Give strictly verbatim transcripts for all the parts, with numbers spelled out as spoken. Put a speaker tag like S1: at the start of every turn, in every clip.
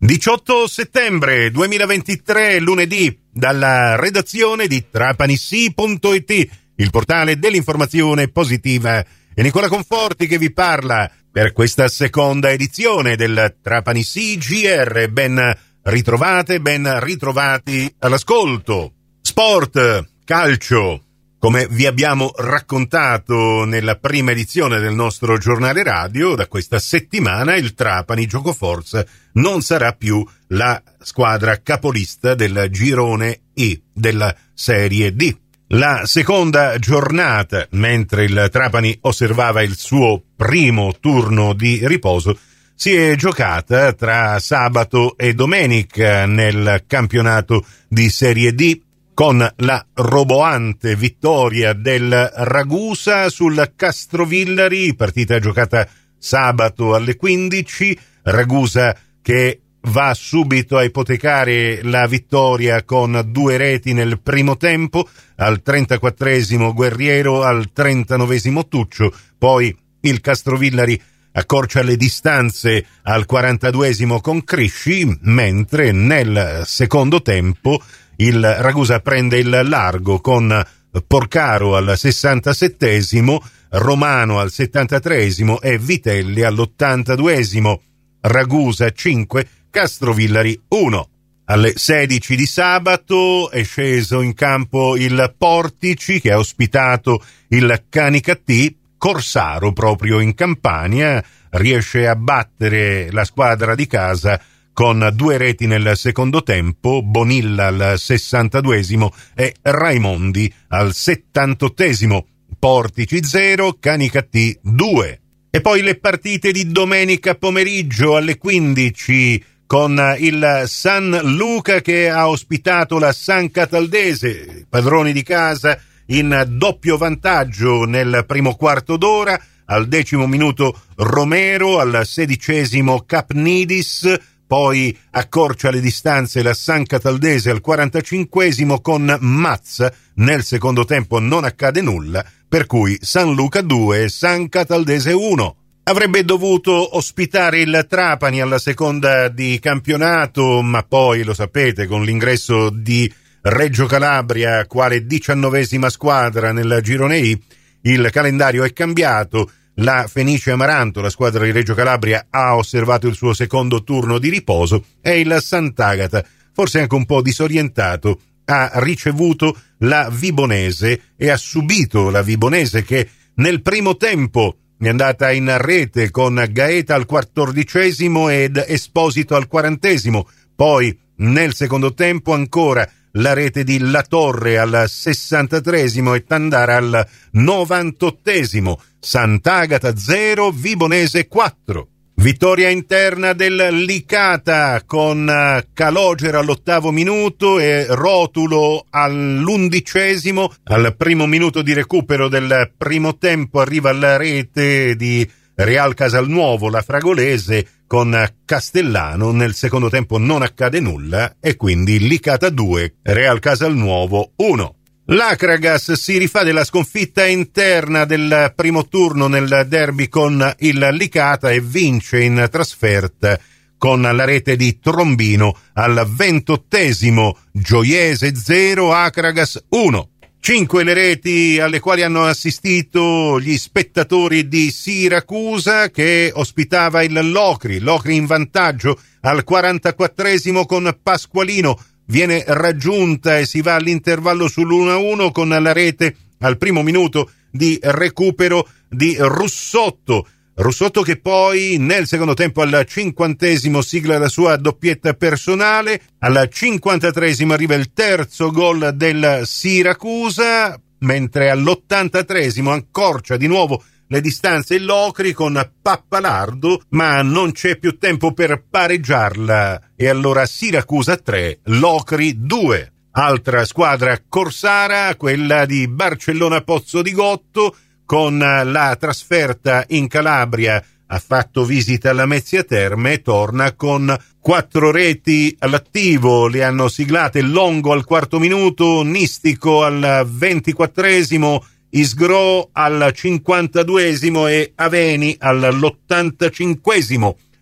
S1: diciotto settembre duemilaventitré, lunedì, dalla redazione di trapanissi punto it, il portale dell'informazione positiva. E Nicola Conforti che vi parla per questa seconda edizione del Trapanissi G R. Ben ritrovate, ben ritrovati all'ascolto. Sport, calcio. Come vi abbiamo raccontato nella prima edizione del nostro giornale radio, da questa settimana il Trapani Giocoforza non sarà più la squadra capolista del girone I della Serie D. La seconda giornata, mentre il Trapani osservava il suo primo turno di riposo, si è giocata tra sabato e domenica nel campionato di Serie D, con la roboante vittoria del Ragusa sul Castrovillari, partita giocata sabato alle quindici, Ragusa che va subito a ipotecare la vittoria con due reti nel primo tempo, al trentaquattresimo Guerriero, al trentanovesimo Tuccio, poi il Castrovillari accorcia le distanze al quarantaduesimo con Crisci, mentre nel secondo tempo il Ragusa prende il largo con Porcaro al sessantasettesimo, Romano al settantatreesimo e Vitelli all'ottantaduesimo. Ragusa cinque, Castrovillari uno. Alle sedici di sabato è sceso in campo il Portici che ha ospitato il Canicattì. Corsaro, proprio in Campania, riesce a battere la squadra di casa con due reti nel secondo tempo, Bonilla al sessantaduesimo e Raimondi al settantottesimo. Portici zero, Canicattì due. E poi le partite di domenica pomeriggio alle quindici, con il San Luca che ha ospitato la San Cataldese, padroni di casa in doppio vantaggio nel primo quarto d'ora, al decimo minuto Romero, al sedicesimo Capnidis, poi accorcia le distanze la San Cataldese al quarantacinquesimo con Mazza. Nel secondo tempo non accade nulla, per cui San Luca due, San Cataldese uno. Avrebbe dovuto ospitare il Trapani alla seconda di campionato, ma poi, lo sapete, con l'ingresso di Reggio Calabria quale diciannovesima squadra nel girone I, il calendario è cambiato. La Fenice Amaranto, la squadra di Reggio Calabria, ha osservato il suo secondo turno di riposo e il Sant'Agata, forse anche un po' disorientato, ha ricevuto la Vibonese e ha subito la Vibonese che nel primo tempo è andata in rete con Gaeta al quattordicesimo ed Esposito al quarantesimo, poi nel secondo tempo ancora la rete di La Torre al sessantatreesimo e Tandara al novantottesimo. Sant'Agata zero, Vibonese quattro. Vittoria interna del Licata con Calogero all'ottavo minuto e Rotulo all'undicesimo. Al primo minuto di recupero del primo tempo arriva la rete di Real Casalnuovo, la Fragolese, con Castellano. Nel secondo tempo non accade nulla e quindi Licata due, Real Casalnuovo uno. L'Acragas si rifà della sconfitta interna del primo turno nel derby con il Licata e vince in trasferta con la rete di Trombino al ventottesimo, Gioiese zero, Acragas uno. Cinque le reti alle quali hanno assistito gli spettatori di Siracusa che ospitava il Locri, Locri in vantaggio al quarantaquattresimo con Pasqualino, viene raggiunta e si va all'intervallo sull'uno a uno con la rete al primo minuto di recupero di Russotto. Russotto che poi nel secondo tempo al cinquantesimo sigla la sua doppietta personale, al cinquantatreesimo arriva il terzo gol del Siracusa, mentre all'ottantatreesimo accorcia di nuovo le distanze il Locri con Pappalardo, ma non c'è più tempo per pareggiarla e allora Siracusa tre, Locri due. Altra squadra corsara, quella di Barcellona Pozzo di Gotto, con la trasferta in Calabria ha fatto visita alla Mezzia Terme e torna con quattro reti all'attivo. Le hanno siglate Longo al quarto minuto, Nistico al ventiquattresimo, Isgro al cinquantaduesimo e Aveni all'ottantacinquesimo.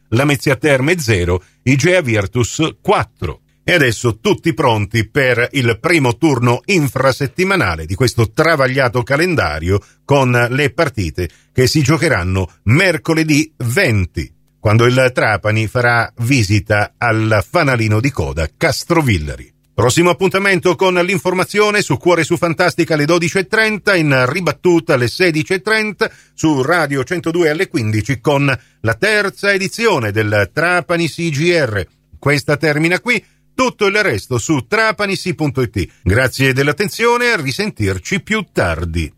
S1: Lamezia Terme zero, Igea Virtus quattro. E adesso tutti pronti per il primo turno infrasettimanale di questo travagliato calendario con le partite che si giocheranno mercoledì venti, quando il Trapani farà visita al fanalino di coda Castrovillari. Prossimo appuntamento con l'informazione su Cuore su Fantastica alle dodici e trenta, in ribattuta alle sedici e trenta, su Radio centodue alle quindici con la terza edizione del Trapani C G R. Questa termina qui. Tutto il resto su trapanisi punto it. Grazie dell'attenzione, a risentirci più tardi.